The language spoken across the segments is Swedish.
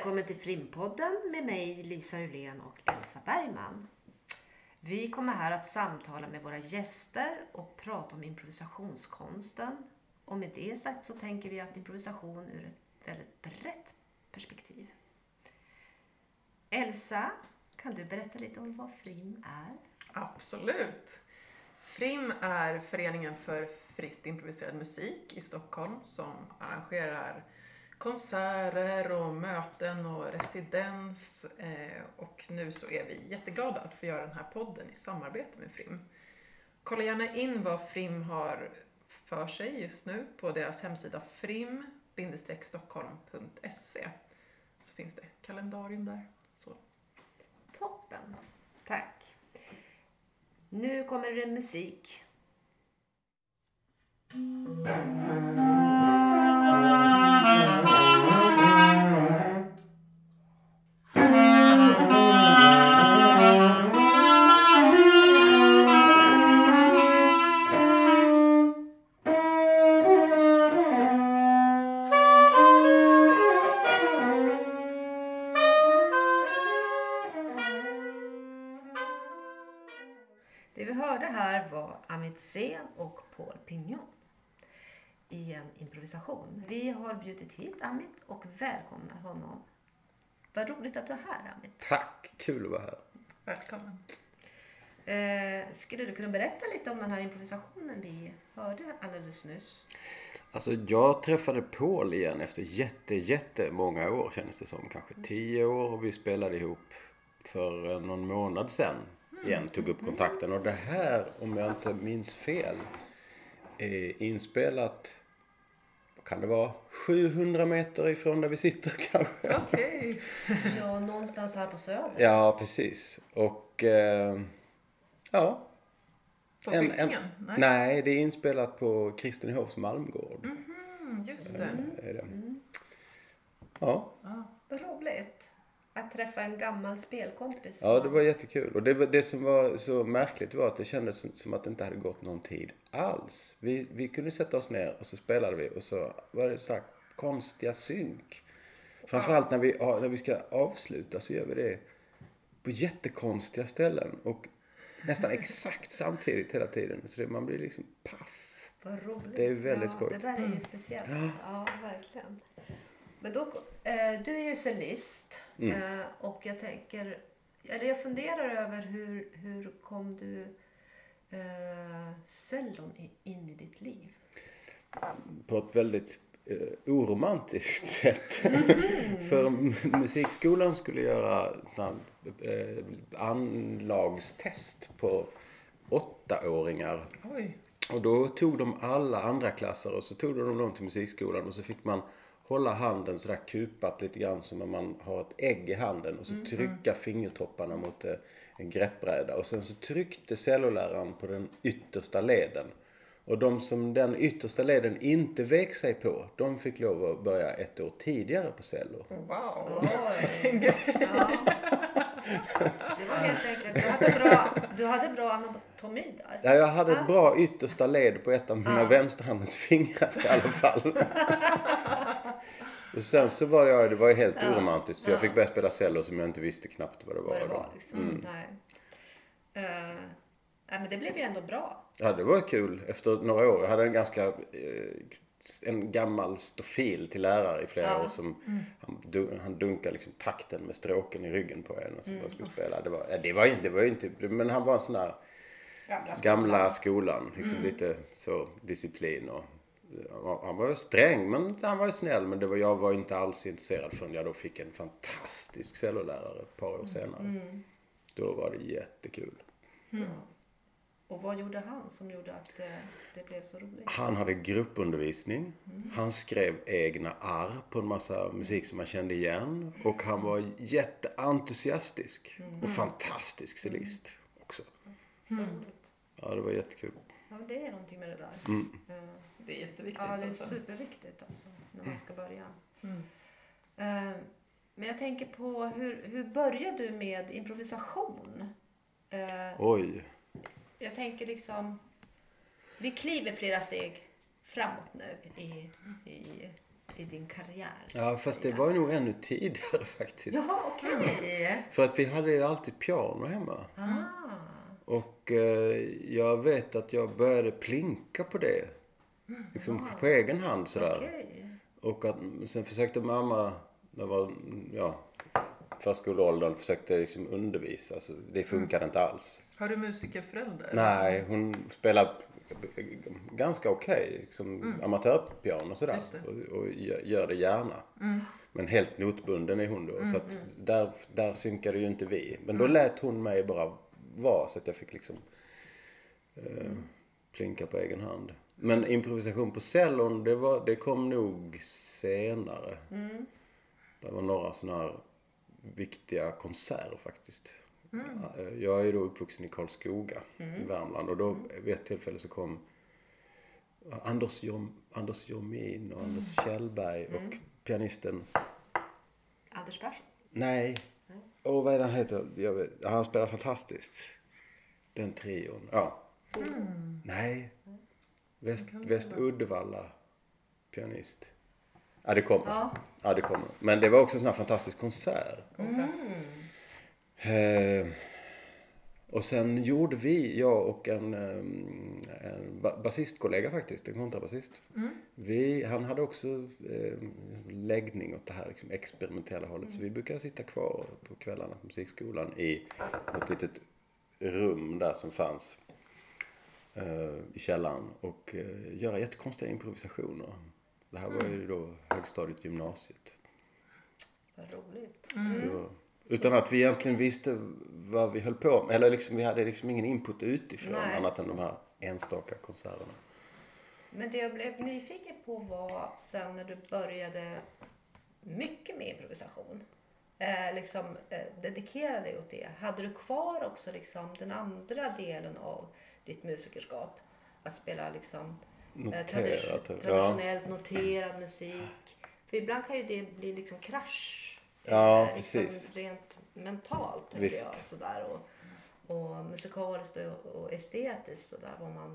välkommen till Frimpodden med mig Lisa Ulén och Elsa Bergman. Vi kommer här att samtala med våra gäster och prata om improvisationskonsten. Och med det sagt så tänker vi att improvisation ur ett väldigt brett perspektiv. Elsa, kan du berätta lite om vad FRIM är? Absolut. FRIM är Föreningen för fritt improviserad musik i Stockholm som arrangerar konserter och möten och residens. Och nu så är vi jätteglada att få göra den här podden i samarbete med FRIM. Kolla gärna in vad FRIM har för sig just nu på deras hemsida frim-stockholm.se. Så finns det kalendarium där. Så. Toppen, tack. Nu kommer det musik. Det vi hörde här var Amit Sen och Paul Pignon i en improvisation. Vi har bjudit hit Amit och välkomnar honom. Vad roligt att du är här, Amit. Tack, kul att vara här. Välkommen. Skulle du kunna berätta lite om den här improvisationen vi hörde alldeles nyss? Alltså jag träffade Paul igen efter jättemånga år kändes det som. Kanske 10 år och vi spelade ihop för någon månad sedan. Igen tog upp kontakten och det här, om jag inte minns fel, är inspelat, vad kan det vara, 700 meter ifrån där vi sitter kanske. Okej. Ja, någonstans här på Söder. Ja, precis. Och ja. På Fylkingen? Nej, det är inspelat på Kristinehovs Malmgård. Just det. Är det. Ja. Vad roligt att träffa en gammal spelkompis. Ja, det var jättekul. Och det som var så märkligt var att det kändes som att det inte hade gått någon tid alls. Vi kunde sätta oss ner och så spelade vi och så var det så här konstiga synk. Framförallt när vi ska avsluta så gör vi det på jättekonstiga ställen och nästan exakt samtidigt hela tiden. Så man blir liksom paff. Vad roligt. Det är väldigt skoj. Det där är ju speciellt. Ja, verkligen. Men då, du är ju cellist och jag funderar över hur kom du cellon in i ditt liv? På ett väldigt oromantiskt sätt. För musikskolan skulle göra anlagstest på 8-åringar. Oj. Och då tog de alla andra klasser och så tog de dem till musikskolan och så fick man hålla handen sådär kupat lite grann som när man har ett ägg i handen och så trycka fingertopparna mot en greppbräda och sen så tryckte celloläraren på den yttersta leden. Och de som den yttersta leden inte vek sig på, de fick lov att börja 1 år tidigare på cello. Wow. Oj. Ja. Det var helt enkelt. Du hade bra anatomi där. Ja, jag hade ett bra yttersta led på ett av mina vänsterhandens fingrar i alla fall. Och sen så var det var ju helt oromantiskt. Så jag fick börja spela cello som jag inte visste knappt vad det var. Liksom. Nej. Men det blev ju ändå bra. Ja, det var kul efter några år. Jag hade en gammal stofil till lärare i flera år som han dunkade liksom takten med stråken i ryggen på en och så skulle spela. Det var ju inte, men han var en sån där gamla skolan liksom lite så disciplin och han var sträng men han var ju snäll, men jag var inte alls intresserad förrän jag då fick en fantastisk cellolärare ett par år senare. Då var det jättekul. Och vad gjorde han som gjorde att det blev så roligt? Han hade gruppundervisning. Han skrev egna arr på en massa musik som man kände igen. Och han var jätteentusiastisk. Och fantastisk cellist också. Ja, det var jättekul. Ja, det är någonting med det där. Det är jätteviktigt. Ja, det är superviktigt alltså, när man ska börja. Men jag tänker på hur började du med improvisation? Oj. Jag tänker liksom, vi kliver flera steg framåt nu i i din karriär? Ja, fast det var ju nog ännu tidigare faktiskt. Jaha, okej. För att vi hade ju alltid piano hemma. Och jag vet att jag började plinka på det. Liksom på egen hand sådär. Okej. Och att, sen försökte mamma, det var, förskoleåldern, försökte liksom undervisa. Så det funkade inte alls. Har du musikerföräldrar? Nej, hon spelar ganska okej. Liksom amatörpiano sådär. Och gör det gärna. Men helt notbunden är hon då. Så att där synkade ju inte vi. Men då lät hon mig bara vara så att jag fick liksom plinka på egen hand. Men improvisation på cellon, det kom nog senare. Det var några sådana här viktiga konserter faktiskt. Jag är då uppvuxen i Karlskoga i Värmland. Och då vid ett tillfälle så kom Anders Jormin och Anders Kjellberg och pianisten Anders Persson? Nej. Vad är det han heter? Han spelar fantastiskt. Den trion. Ja. Nej. Väst Uddevalla pianist. Ja, det kommer. Ja, det kommer. Men det var också en sån här fantastisk konsert. Och sen gjorde jag och en basistkollega faktiskt, en kontrabasist. Han hade också läggning åt det här liksom, experimentella hållet. Så vi brukade sitta kvar på kvällarna på musikskolan i ett litet rum där som fanns i källaren och göra jättekonstiga improvisationer. Det här var ju då högstadiet, gymnasiet. Vad roligt. Utan att vi egentligen visste vad vi höll på med. Eller liksom, vi hade liksom ingen input utifrån annat än de här enstaka konserterna. Men det jag blev nyfiken på var sen när du började mycket med improvisation. Dedikerade dig åt det. Hade du kvar också liksom den andra delen av ditt musikerskap? Att spela liksom traditionellt noterad musik. För ibland kan ju det bli liksom krasch. Ja, liksom precis. Rent mentalt tänker jag. Sådär, och musikaliskt och estetiskt sådär, vad man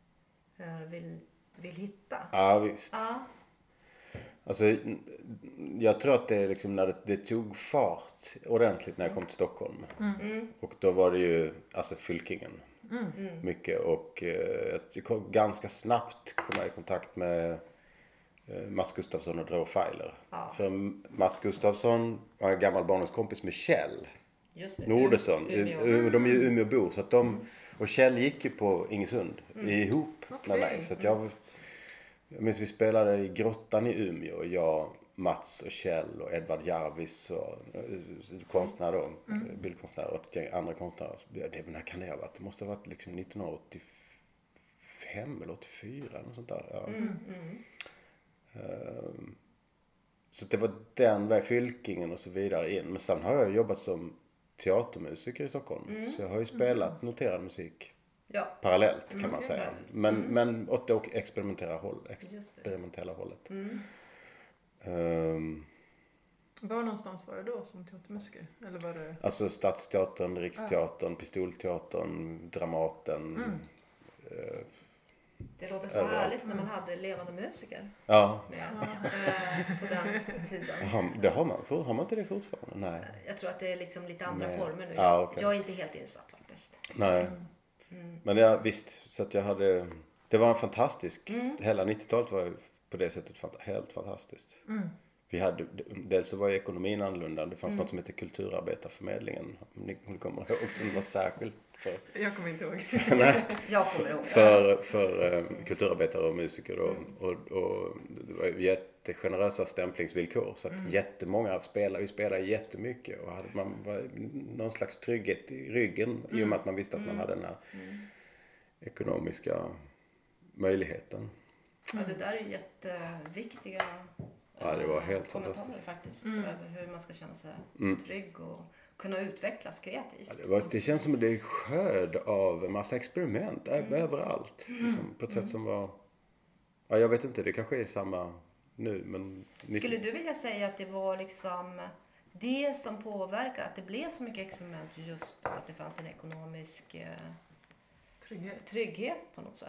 vill hitta. Ja, visst. Ja. Alltså, jag tror att det är liksom när det tog fart ordentligt när jag kom till Stockholm. Och då var det ju, alltså Fylkingen. Mycket. Och jag kom ganska snabbt komma i kontakt med Mats Gustafsson och Dror Feiler. Ja. För Mats Gustafsson var en gammal barndomskompis med Kjell Nordesson. De är ju Umeåbor. Så att och Kjell gick ju på Ingesund ihop med mig. Så att jag minns vi spelade i Grottan i Umeå. Jag, Mats och Kjell och Edvard Jarvis och konstnärer då. Bildkonstnärer och andra konstnärer. När kan det ha varit? Det måste ha varit liksom 1985 eller 84 eller sånt där. Ja. Så det var den väg, Fylkingen och så vidare in. Men sen har jag jobbat som teatermusiker i Stockholm. Så jag har ju spelat noterad musik parallellt kan man säga. Men åt det experimentella hållet. Var någonstans var det då som teatermusiker? Eller var det... Alltså Stadsteatern, Riksteatern, Pistolteatern, Dramaten. Det låter så härligt när man hade levande musiker. Ja. På den tiden. Det har man. Har man inte det fortfarande? Nej. Jag tror att det är liksom lite andra former nu. Okay. Jag är inte helt insatt faktiskt. Nej. Men visst. Så att jag hade... Det var en fantastisk... Hela 90-talet var på det sättet helt fantastiskt. Vi hade... Dels så var ju ekonomin annorlunda. Det fanns något som heter Kulturarbetarförmedlingen. Ni kommer ihåg som var särskilt för... Jag kommer inte ihåg. Nej. Jag kommer ihåg. För kulturarbetare och musiker då. Och det var jättegenerösa stämplingsvillkor. Så att jättemånga vi spelade jättemycket. Och man var någon slags trygghet i ryggen. I och med att man visste att man hade den här ekonomiska möjligheten. Ja, det där är jätteviktiga det var helt kommentarer faktiskt. Över hur man ska känna sig trygg och kunna utvecklas kreativt. Ja, det känns som att det är skörd av en massa experiment överallt. Liksom, på ett sätt som var... Ja, jag vet inte, det kanske är samma nu, men... Skulle du vilja säga att det var liksom det som påverkade att det blev så mycket experiment, just att det fanns en ekonomisk trygghet på något sätt?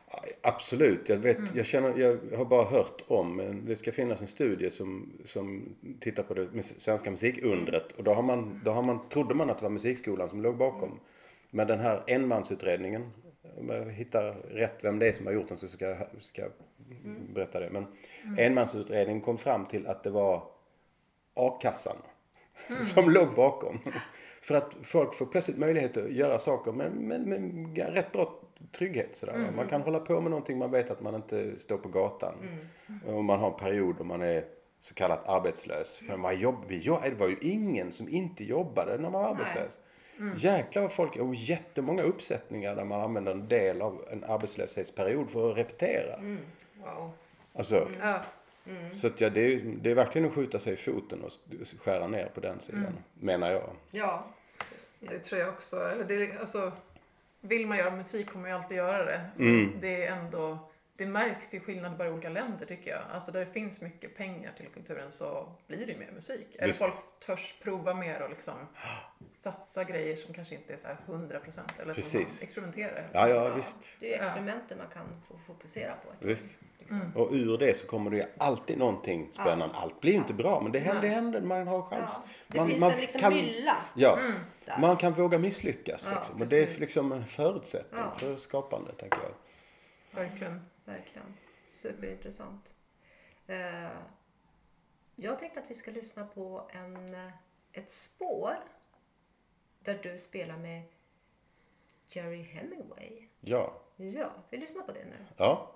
Absolut, jag har bara hört om, det ska finnas en studie som tittar på det svenska musikundret och trodde man att det var musikskolan som låg bakom. Men den här enmansutredningen, om jag hittar rätt vem det är som har gjort den så ska jag berätta det. Men enmansutredningen kom fram till att det var A-kassan som låg bakom. För att folk får plötsligt möjlighet att göra saker med rätt bra trygghet. Sådär. Man kan hålla på med någonting, man vet att man inte står på gatan. Och man har en period då man är så kallat arbetslös. Men det var ju ingen som inte jobbade när man var arbetslös. Jäklar vad folk, och jättemånga uppsättningar där man använder en del av en arbetslöshetsperiod för att repetera. Wow. Alltså, så att det är verkligen att skjuta sig i foten och skära ner på den sidan, menar jag. Ja, det tror jag också. Alltså, vill man göra musik kommer man ju alltid göra det. Det är ändå, det märks ju skillnad bara i olika länder tycker jag. Alltså där det finns mycket pengar till kulturen så blir det mer musik. Eller folk törs prova mer och liksom satsa grejer som kanske inte är så här 100%. Eller att man experimenterar. Ja, visst. Det är experimenter man kan få fokusera på. Visst. Och ur det så kommer det ju alltid någonting spännande. Allt blir ju inte bra, men det händer. Man har chans. Det finns en liksom mylla. Ja, man kan våga misslyckas. Liksom. Och det är liksom en förutsättning för skapande, tänker jag. Verkligen. Superintressant. Jag tänkte att vi ska lyssna på ett spår där du spelar med Jerry Hemingway. Ja, vi lyssnar på det nu. Ja.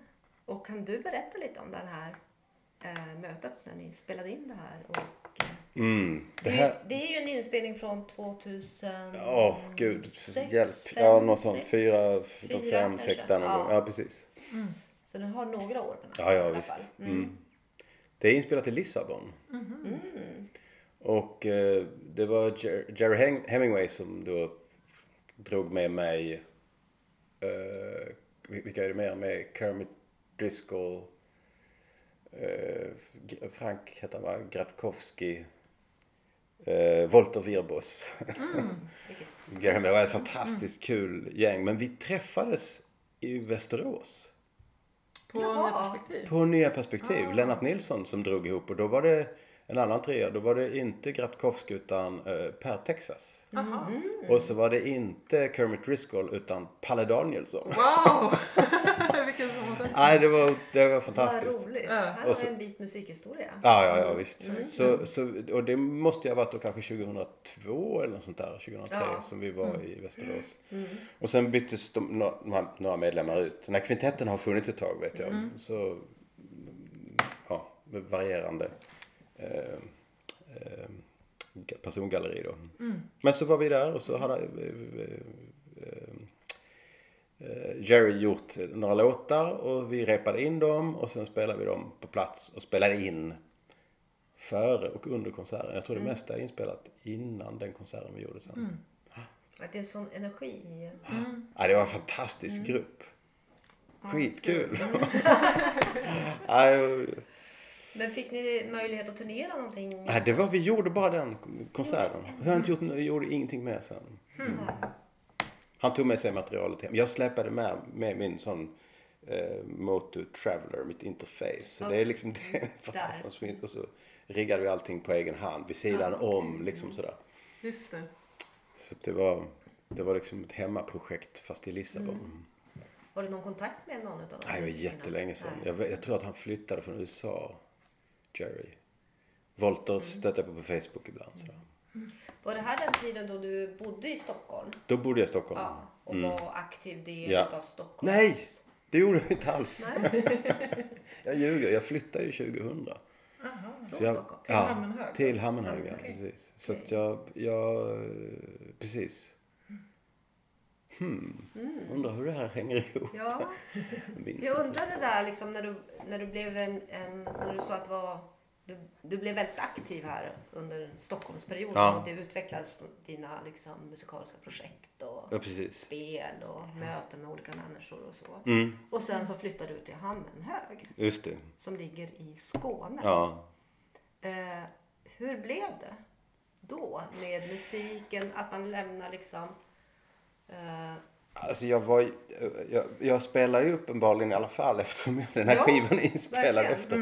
Och kan du berätta lite om det här mötet när ni spelade in det här? Och Det är ju en inspelning från 2000. Gud. Hjälp. Fem, Något sånt. 4, 5, 6 där någon gång. Ja, precis. Så den har några år på nacken Ja, i alla visst. fall. Det är inspelat i Lissabon. Och det var Jerry Hemingway som då drog med mig. Vilka är det mer med? Kermit Driscoll. Frank heter han, va? Gratkowski. Volter Wirbos. Det var ett fantastiskt kul gäng. Men vi träffades i Västerås. På Nya Perspektiv. Lennart Nilsson som drog ihop. Och då var det en annan trea. Då var det inte Gratkowski utan Per Texas. Och så var det inte Kermit Driscoll utan Palle Danielsson. Wow! Vilken sommarsättning. Nej, det var fantastiskt. Vad roligt. Här har en bit musikhistoria. Ja, visst. Och det måste ju ha varit då kanske 2002 eller något sånt där, 2003 som vi var i Västerås. Och sen byttes några medlemmar ut. När kvintetten har funnits ett tag, vet jag. Så, med varierande persongalleri då. Men så var vi där och så hade Jerry gjort några låtar och vi repade in dem och sen spelade vi dem på plats och spelade in före och under konserten. Jag tror det mesta är inspelat innan den konserten vi gjorde sen. Att det är en sån energi. Ja, det var en fantastisk grupp. Skitkul. Men fick ni möjlighet att turnera någonting? Nej, vi gjorde bara den konserten. Vi har gjorde ingenting med sen. Han tog med sig materialet hem. Jag släpade med min sån Moto Traveler, mitt interface. Så det är liksom det. Och så riggade vi allting på egen hand. Vid sidan om liksom sådär. Just det. Så det var liksom ett hemmaprojekt fast i Lissabon. Var det någon kontakt med någon utav dem? Nej, det var jättelänge sedan. Jag tror att han flyttade från USA, Jerry. Volter stötte på Facebook ibland. Sådär. Var det här den tiden då du bodde i Stockholm? Då bodde jag i Stockholm. Ja, och var aktiv del av Stockholm. Nej, det gjorde jag inte alls. Jag ljuger, jag flyttade ju 2000. Från Stockholm? Till Hammenhög? Till Hammenhög, ja, precis. Så att jag precis. Undrar hur det här hänger ihop. Ja, jag undrade där liksom när du blev när du sa att du blev väldigt aktiv här under Stockholmsperioden och det utvecklades dina liksom musikaliska projekt och spel och möten med olika människor och så. Och sen så flyttade du till Hammenhög. Just det. Som ligger i Skåne. Ja. Hur blev det då med musiken, att man lämnar liksom Alltså jag spelade ju uppenbarligen i alla fall eftersom den här skivan är inspelad efter.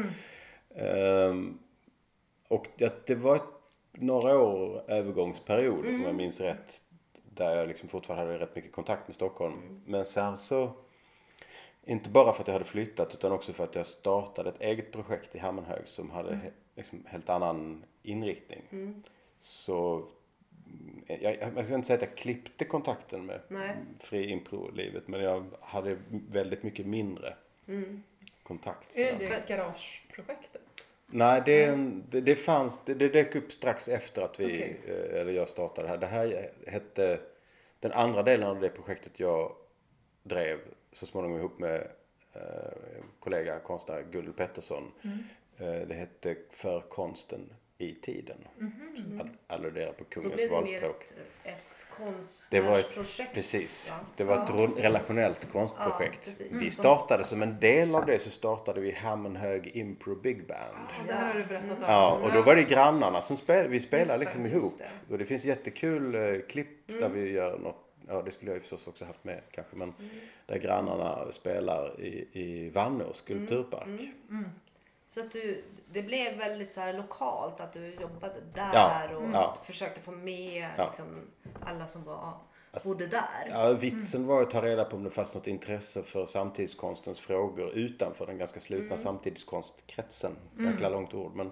Och det var några år övergångsperiod om jag minns rätt. Där jag liksom fortfarande hade rätt mycket kontakt med Stockholm. Men sen så, inte bara för att jag hade flyttat utan också för att jag startade ett eget projekt i Hammenhög som hade liksom helt annan inriktning. Så jag ska inte säga att jag klippte kontakten med fri impro-livet, men jag hade väldigt mycket mindre kontakt. Är det garageprojektet? Nej, det dök upp strax efter att jag startade här. Det här hette, den andra delen av det projektet jag drev så småningom ihop med kollega konstnär Gunnel Pettersson. Det hette För konsten i tiden. Alluderar på kungens valspråk. Ett konstnärsprojekt. Precis. Ja. Det var ett relationellt konstprojekt. Vi startade som en del av det, så startade vi Hammenhög Impro Big Band. Det här har du berättat om. Ja, och då var det grannarna som vi spelade liksom ihop. Och det finns jättekul klipp där vi gör något. Ja, det skulle jag ju förstås också haft med kanske. Men där grannarna spelar i Vannås skulpturpark. Så att det blev väldigt så här lokalt, att du jobbade där och försökte få med liksom, alla som bodde där. Ja, vitsen var att ta reda på om det fanns något intresse för samtidskonstens frågor utanför den ganska slutna samtidskonstkretsen. Jäkla långt ord. Men,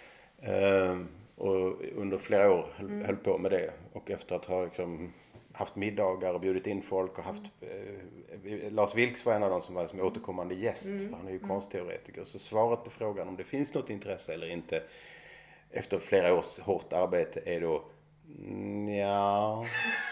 och under flera år höll på med det. Och efter att ha liksom haft middagar och bjudit in folk och haft Lars Vilks var en av dem som var liksom återkommande gäst, för han är ju konstteoretiker. Så svaret på frågan om det finns något intresse eller inte efter flera års hårt arbete är då ja.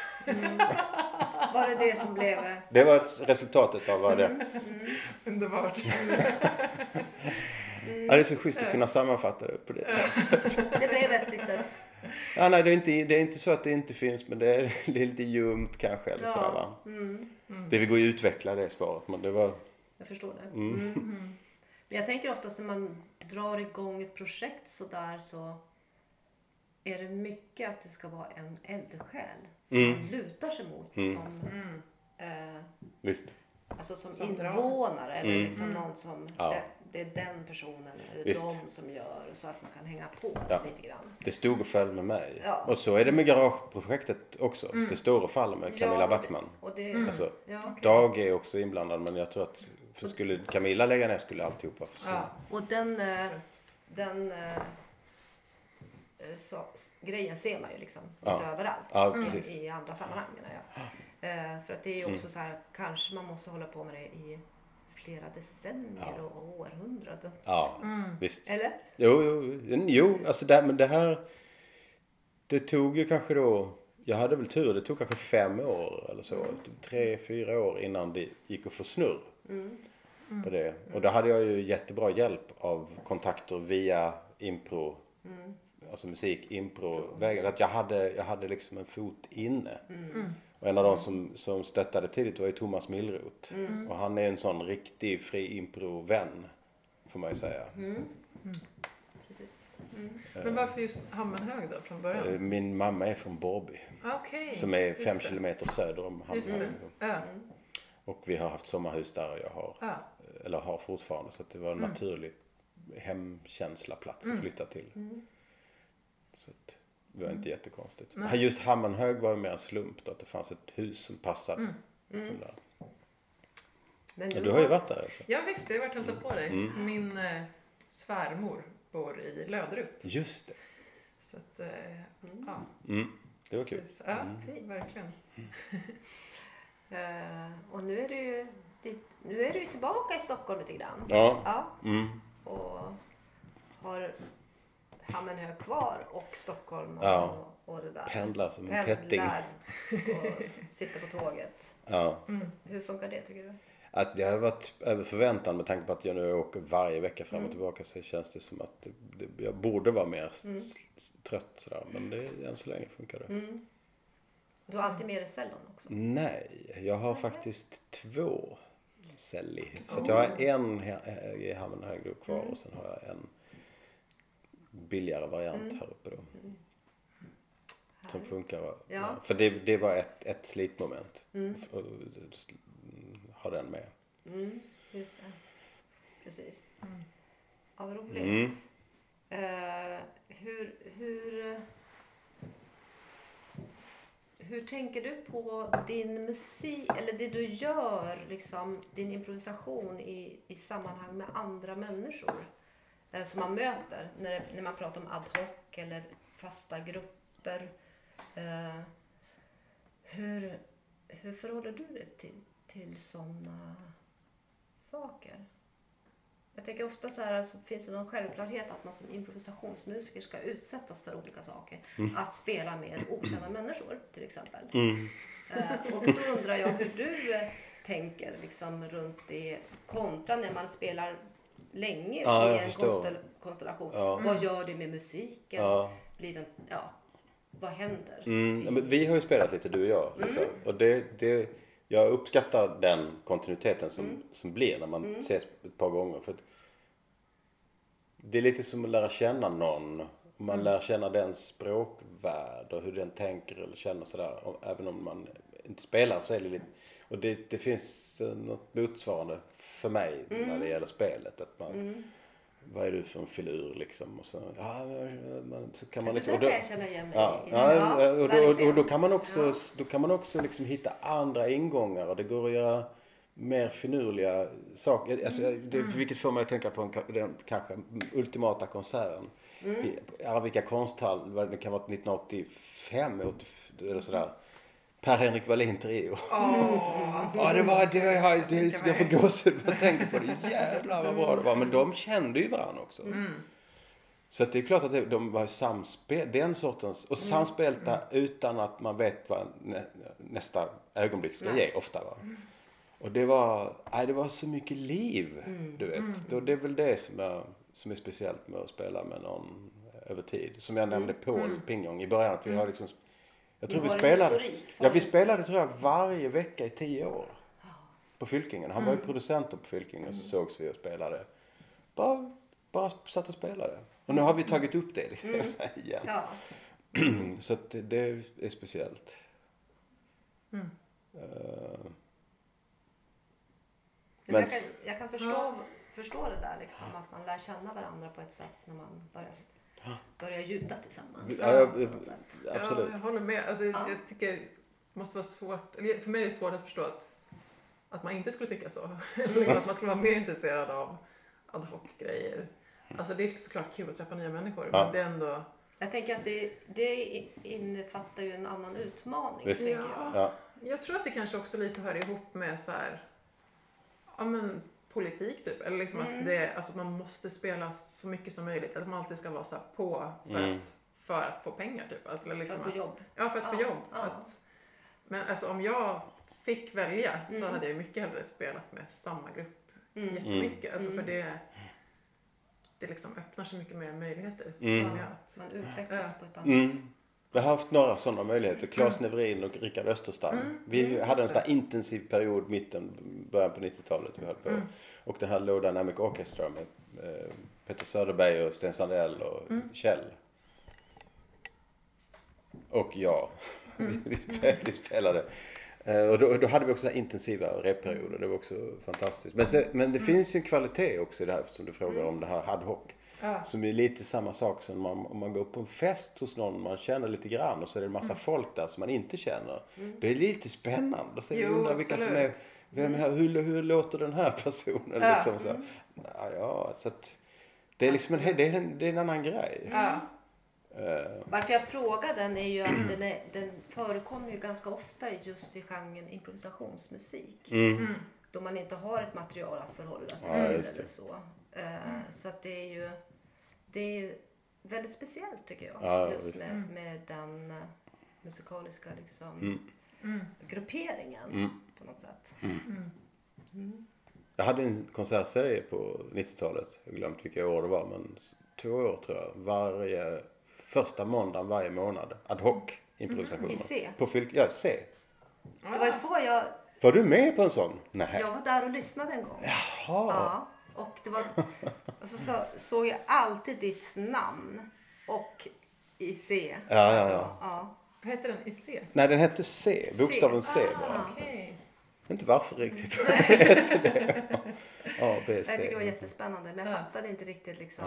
Var det som blev... Det var resultatet av vad det... Underbart. Ja, det är så schysst att kunna sammanfatta det på det sättet. Det blev ett litet... Ja, nej, det är inte så att det inte finns, men det är lite ljumt kanske. Eller så, va? Det vill gå att utveckla det svaret, men det var... Jag förstår det. Men jag tänker oftast när man drar igång ett projekt så där så är det mycket att det ska vara en eldsjäl som man lutar sig mot som, Visst. alltså som invånare eller liksom någon som det är den personen eller Visst. de som gör så att man kan hänga på lite grann. Det stod och föll med mig. Ja. Och så är det med garageprojektet också. Det står och faller med Camilla Backman. Alltså, Dag är också inblandad, men jag tror att för skulle Camilla lägga ner skulle alltihopa försvinna. Och den grejen ser man ju liksom lite överallt i andra sammanhang. För att det är ju också så här, kanske man måste hålla på med det i flera decennier och århundraden. Ja, visst. Eller? Jo, alltså men det här, det tog ju kanske då, jag hade väl tur, det tog kanske 5 år eller så, 3-4 år innan det gick att få snurr på det. Och då hade jag ju jättebra hjälp av kontakter via impro, alltså musik, impro-vägen. Att jag hade liksom en fot inne. Och en av de som stöttade tidigt var ju Thomas Millroth. Och han är en sån riktig fri impro-vän, får man ju säga. Precis. Men varför just Hammenhög då från början? Min mamma är från Borrby. Okay, som är 5 kilometer söder om Hammenhög. Och vi har haft sommarhus där och jag har fortfarande. Så att det var en naturlig hemkänsla-plats att flytta till. Så att det var inte jättekonstigt. Just Hammenhög var ju mer en slump då, att det fanns ett hus som passade. Där. Men du har ju varit där alltså. Ja visst, jag har varit hälsat på dig. Min svärmor bor i Löderup. Just det. Så att, det var kul. Ja, verkligen. Och nu är du ju tillbaka i Stockholm lite grann. Ja. Och har Hammenhög kvar och Stockholm och det där. Pendlar som en tätting. Och sitter på tåget. Ja. Hur funkar det tycker du? Att det har varit över förväntan med tanke på att jag nu åker varje vecka fram och tillbaka, så känns det som att jag borde vara mer trött sådär. Men än så länge funkar det. Du har alltid med dig cellon också? Nej, jag har faktiskt 2 celli. Så att jag har en i Hammenhög kvar och sen har jag en billigare variant här uppe då. Som funkar. Ja. För det var ett slitmoment. Ha den med. Just det. Precis. Ja, vad roligt. Hur tänker du på din musik eller det du gör, liksom din improvisation i sammanhang med andra människor som man möter när man pratar om ad hoc eller fasta grupper? Hur förhåller du dig till sådana saker? Jag tänker ofta så här, så finns det någon självklarhet att man som improvisationsmusiker ska utsättas för olika saker. Att spela med okända människor till exempel. Och då undrar jag hur du tänker liksom runt det kontra när man spelar länge i en konstellation. Vad gör det med musiken? Blir den, vad händer? Men vi har ju spelat lite du och jag. Liksom. Och jag uppskattar den kontinuiteten som blir när man ses ett par gånger. För att det är lite som att lära känna någon. Man lär känna den språkvärld och hur den tänker eller känner sådär. Även om man inte spelar så är det lite... Och det finns något motsvarande för mig när det gäller spelet. Att man... Vad är du för en filur liksom? Och så, så kan man liksom... Det kan jag känna igen mig och då kan man också liksom hitta andra ingångar och det går att göra mer finurliga saker. Alltså, vilket får mig att tänka på den kanske ultimata konserten i Arvika konsthall, vad det kan vara 1985 eller sådär. Per-Henrik Wallin trio. Jag får gåshud när jag tänker på det. Jävlar vad bra det var. Men de kände ju varandra också. Så att det är klart att de var samspel, den sortens, och samspelta utan att man vet vad nästa ögonblick ska ge ofta, va. Och det var så mycket liv, du vet. Det är väl det som är speciellt med att spela med någon över tid. Som jag nämnde Paul Pignon i början, att vi har liksom, jag tror vi spelade tror jag varje vecka i 10 år. På Fylkingen. Han var ju producent på Fylkingen, och så sågs vi och spelade. Bara satt och spelade. Och nu har vi tagit upp det liksom igen. Ja. Så att det är speciellt. Men jag kan förstå det där liksom, att man lär känna varandra på ett sätt när man börjar ljuda tillsammans. Absolut. Jag håller med. Alltså, jag tycker det måste vara svårt, eller för mig är det svårt att förstå att man inte skulle tycka så. Eller att man skulle vara mer intresserad av ad hoc-grejer. Alltså det är såklart kul att träffa nya människor, men det är ändå... Jag tänker att det innefattar ju en annan utmaning, tänker jag. Ja. Jag tror att det kanske också lite hör ihop med så här, ja men politik typ, eller liksom att man måste spela så mycket som möjligt, att man alltid ska vara så här på för att få pengar typ, eller liksom för att få jobb. Ja, för att få jobb. Men alltså om jag fick välja så hade jag mycket hellre spelat med samma grupp jättemycket, alltså för det liksom öppnar så mycket mer möjligheter. Man utvecklas på ett annat. Jag har haft några sådana möjligheter. Claes Neverin och Rickard Österstam. Vi hade en sån här intensiv period början på 90-talet. Vi höll på. Och det här Low Dynamic Orchestra med Peter Söderberg och Sten Sandell och Kjell. Och jag. Vi spelade. Och då hade vi också intensiva repperioder. Det var också fantastiskt. Men det finns ju en kvalitet också i det här, som du frågar om det här ad hoc. Som är lite samma sak som om man går på en fest hos någon man känner lite grann, och så är det en massa folk där som man inte känner. Det är lite spännande. Så jag undrar vilka som är, hur låter den här personen? Liksom, så. Så att det är liksom det är en annan grej. Varför jag frågar den är ju att den förekommer ju ganska ofta just i genren improvisationsmusik. Då man inte har ett material att förhålla sig till eller så. Så att det är ju väldigt speciellt, tycker jag. Just med den musikaliska liksom, grupperingen på något sätt. Jag hade en konsertserie på 90-talet. Jag har glömt vilka år det var, men 2 år tror jag. Första måndagen varje månad. Ad hoc improvisationer. I C? C. Det var så jag... Var du med på en sån? Nej. Jag var där och lyssnade en gång. Jaha. Ja. Och det var... Alltså, så såg jag alltid ditt namn. Och i C. Ja. Vad heter den? I C? Nej, den hette C. Bokstaven C bara. Okay. Inte varför riktigt. Hette det. A, B, C. Jag tycker det var jättespännande. Men jag fattade inte riktigt liksom...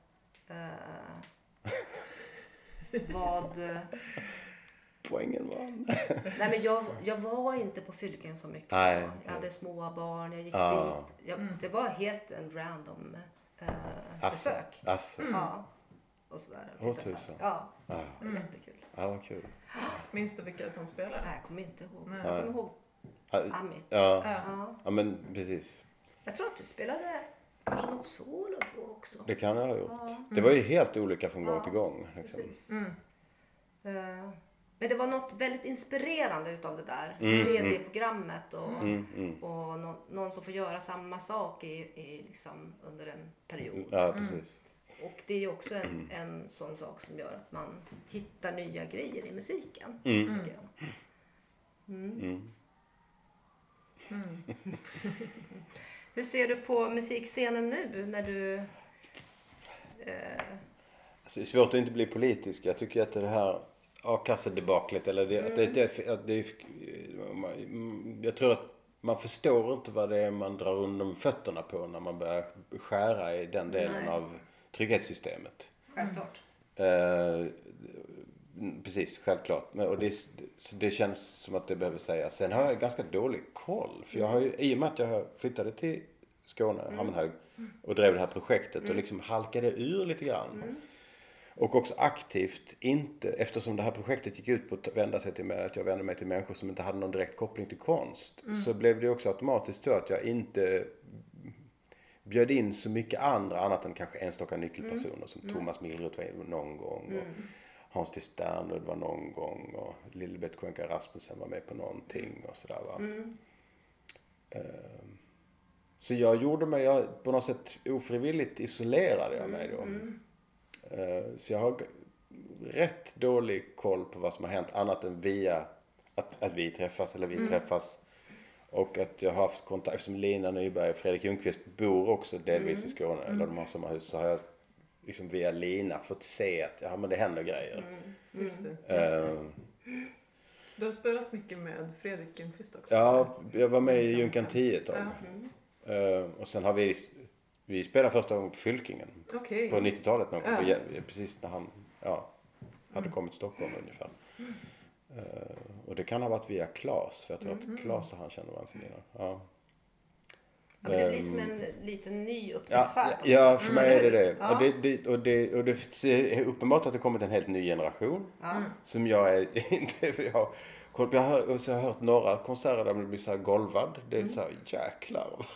vad... Poängen var... Nej, men jag var inte på Fylken så mycket. Nej. Jag hade små barn, jag gick dit. Det var helt en random besök. Ja. Och sådär. Ja, jättekul. Ja, vad kul. Minns du vilka som spelade? Nej, jag kommer inte ihåg. Jag kommer ihåg Amit. Ja, men precis. Jag tror att du spelade kanske något solo då också. Det kan jag ha gjort. Det var ju helt olika från gång till gång. Liksom. Precis. Men det var något väldigt inspirerande utav det där. CD-programmet och någon som får göra samma sak liksom under en period. Ja, precis. Och det är ju också en sån sak som gör att man hittar nya grejer i musiken. Hur ser du på musikscenen nu när du... Alltså, det är svårt att inte bli politisk. Jag tycker att det här a-kassedebaklet eller jag tror att man förstår inte vad det är man drar under fötterna på när man börjar skära i den delen av trygghetssystemet. Självklart. Precis, självklart. Och det känns som att det behöver sägas. Sen har jag ganska dålig koll. För jag har ju, i och med att jag flyttade till Skåne, Hammenhög, och drev det här projektet och liksom halkade ur lite grann. Och också aktivt inte, eftersom det här projektet gick ut på att vända sig till mig, att jag vände mig till människor som inte hade någon direkt koppling till konst. Så blev det också automatiskt så att jag inte bjöd in så mycket andra annat än kanske enstaka nyckelpersoner som Thomas Milroth var någon gång och Hans T. Sternlund var någon gång och Lillebeth Kuenka Rasmussen var med på någonting och sådär va. Så jag gjorde mig, på något sätt ofrivilligt isolerade jag mig då. Så jag har rätt dålig koll på vad som har hänt annat än via att vi träffas eller vi träffas. Och att jag har haft kontakt, eftersom Lina Nyberg och Fredrik Ljungqvist bor också delvis i Skåne, eller de har sommarhus, så har jag liksom via Lina fått se att men det händer grejer. Just det. Du har spelat mycket med Fredrik Ljungqvist också. Ja, jag var med i Junkan 10 ett tag. Och sen har vi spelade första gången på Fylkingen. Okay. På 90-talet någon gång. Precis när han hade kommit till Stockholm ungefär. Och det kan ha varit via Claes. För jag tror att Claes och han känner varandra sedan innan. Ja, men det blir som en liten ny upptäcktsfärd. Ja, för mig är det. Ja. Och det är uppenbart att det kommit en helt ny generation. Som jag är inte... Jag har hört några konserter där man blir så här golvad. Det är så här, jäklar.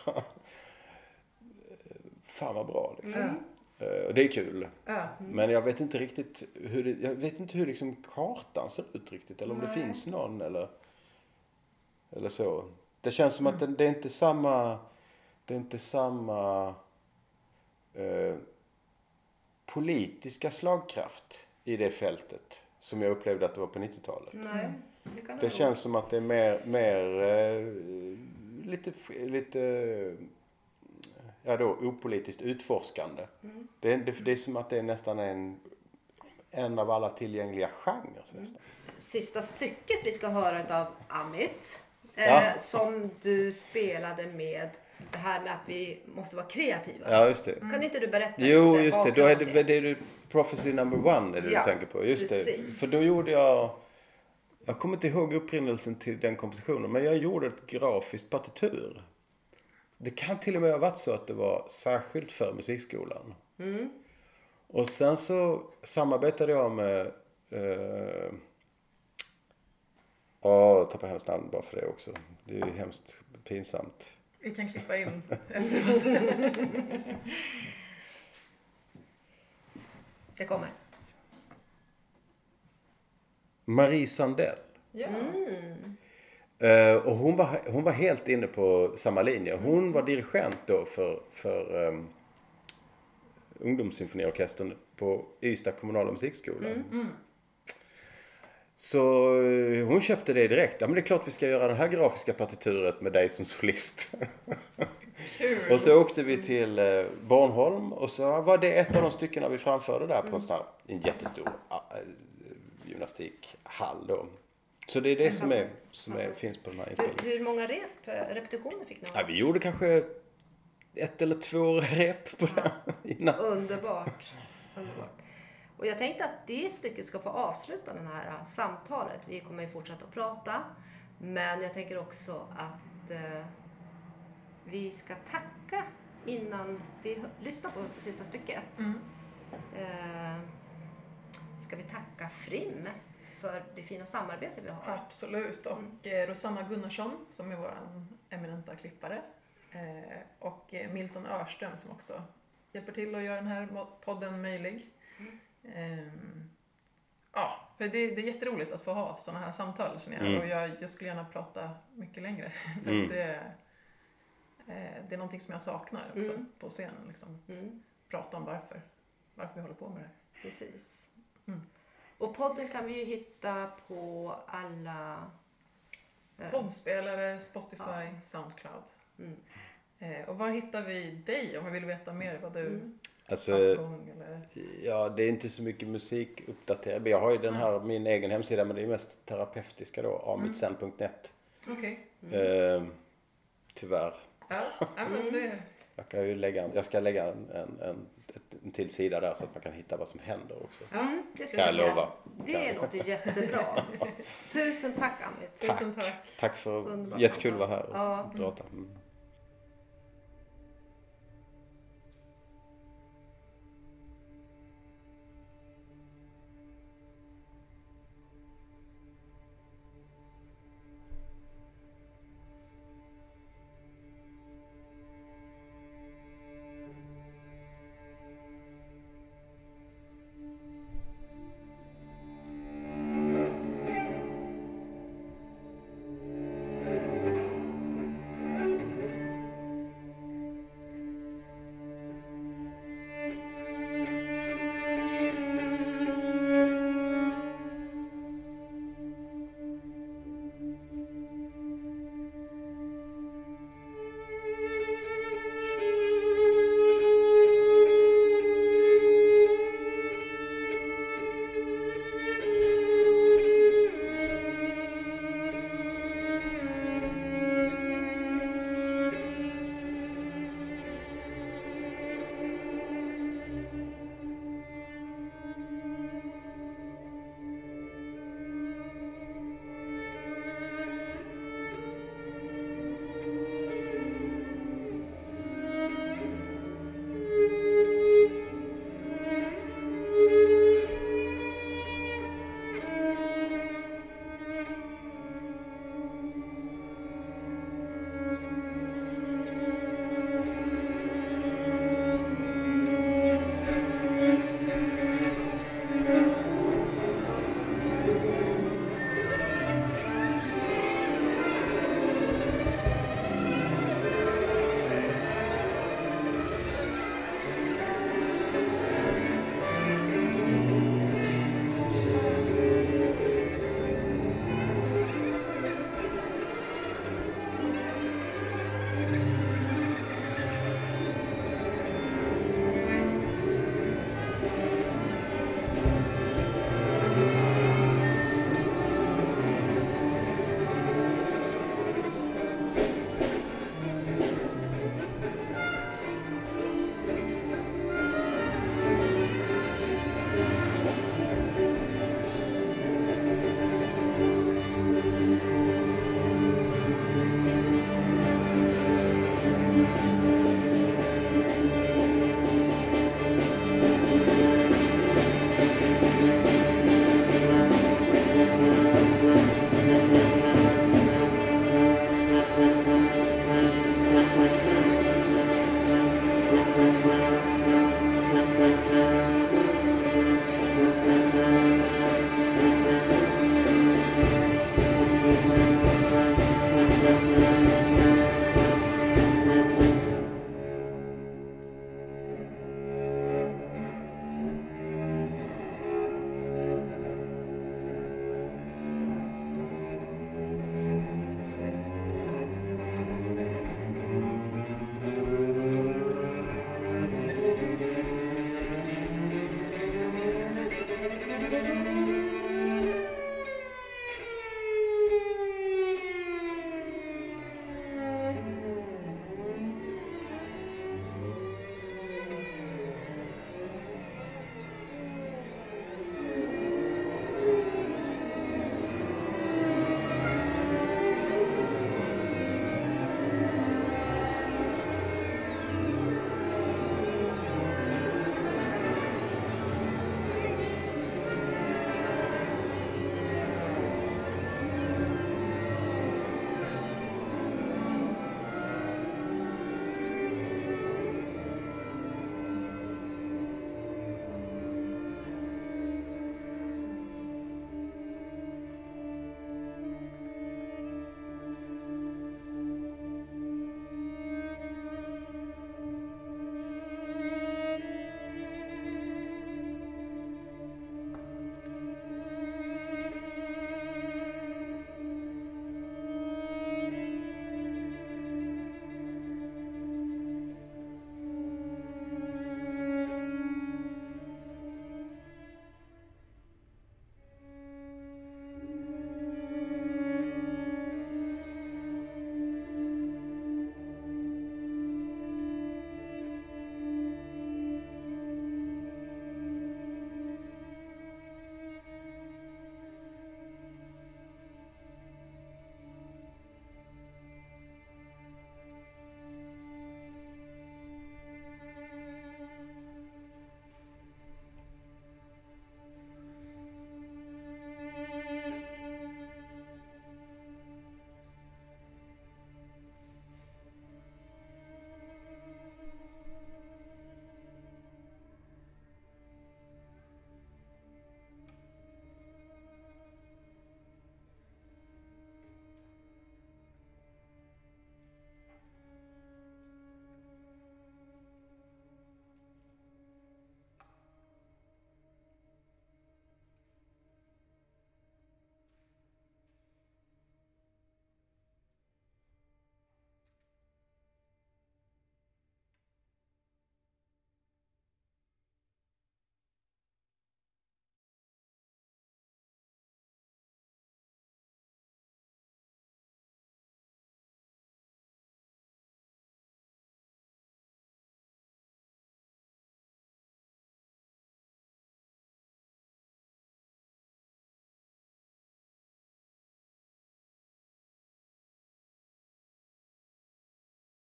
Fan vad bra liksom. Och det är kul. Men jag vet inte riktigt hur liksom kartan ser ut riktigt. Eller om det finns någon eller så. Det känns som att det är inte samma politiska slagkraft i det fältet som jag upplevde att det var på 90-talet. Nej, det känns som att det är mer lite opolitiskt utforskande. Det är som att det är nästan en av alla tillgängliga genrer. Sista stycket vi ska höra av Amit som du spelade med det här med att vi måste vara kreativa. Ja, just det. Kan inte du berätta Jo, lite? Just det. Då är det Prophecy number 1 är det du tänker på. Just precis. Det. För då gjorde jag kommer inte ihåg upprinnelsen till den kompositionen, men jag gjorde ett grafiskt partitur. Det kan till och med ha varit så att det var särskilt för musikskolan. Och sen så samarbetade jag med jag tappar hennes namn bara för det också. Det är ju hemskt pinsamt. Vi kan klippa in efteråt. Det kommer. Marie Sandell. Ja. Och hon var helt inne på samma linje. Hon var dirigent då för ungdomssymfoniorkestern på Ystad kommunala musikskola. Så hon köpte det direkt. Ja, men det är klart vi ska göra det här grafiska partituret med dig som solist. Kul. Och så åkte vi till Bornholm och så var det ett av de styckena vi framförde där på en jättestor gymnastikhall då. Så det är det som finns på den här inspelningen. Hur många repetitioner fick ni? Ja, vi gjorde kanske 1 eller 2 rep på det innan. Underbart. Och jag tänkte att det stycket ska få avsluta det här samtalet. Vi kommer ju fortsätta att prata. Men jag tänker också att vi ska tacka innan vi lyssnar på sista stycket. Ska vi tacka Frim för det fina samarbete vi har? Absolut. Och Rosanna Gunnarsson som är vår eminenta klippare. Och Milton Örström som också hjälper till att göra den här podden möjlig. För det är jätteroligt att få ha sådana här samtal känner jag. Och jag skulle gärna prata mycket längre. För att det är någonting som jag saknar också på scenen. Liksom. Prata om varför vi håller på med det. Precis. Och podden kan vi ju hitta på alla poddspelare, Spotify, SoundCloud. Och var hittar vi dig om vi vill veta mer vad du har på gång? Eller? Ja, det är inte så mycket musik uppdaterad. Jag har ju den här, min egen hemsida, men det är mest terapeutiska då, amitsen.net. Okej. Tyvärr. Ja, men det... Jag ska lägga en till sida där så att man kan hitta vad som händer också. Det ska jag lova. Det låter jättebra. Tusen tack, Amit. Tusen tack. Tack för jättekul att vara här och prata.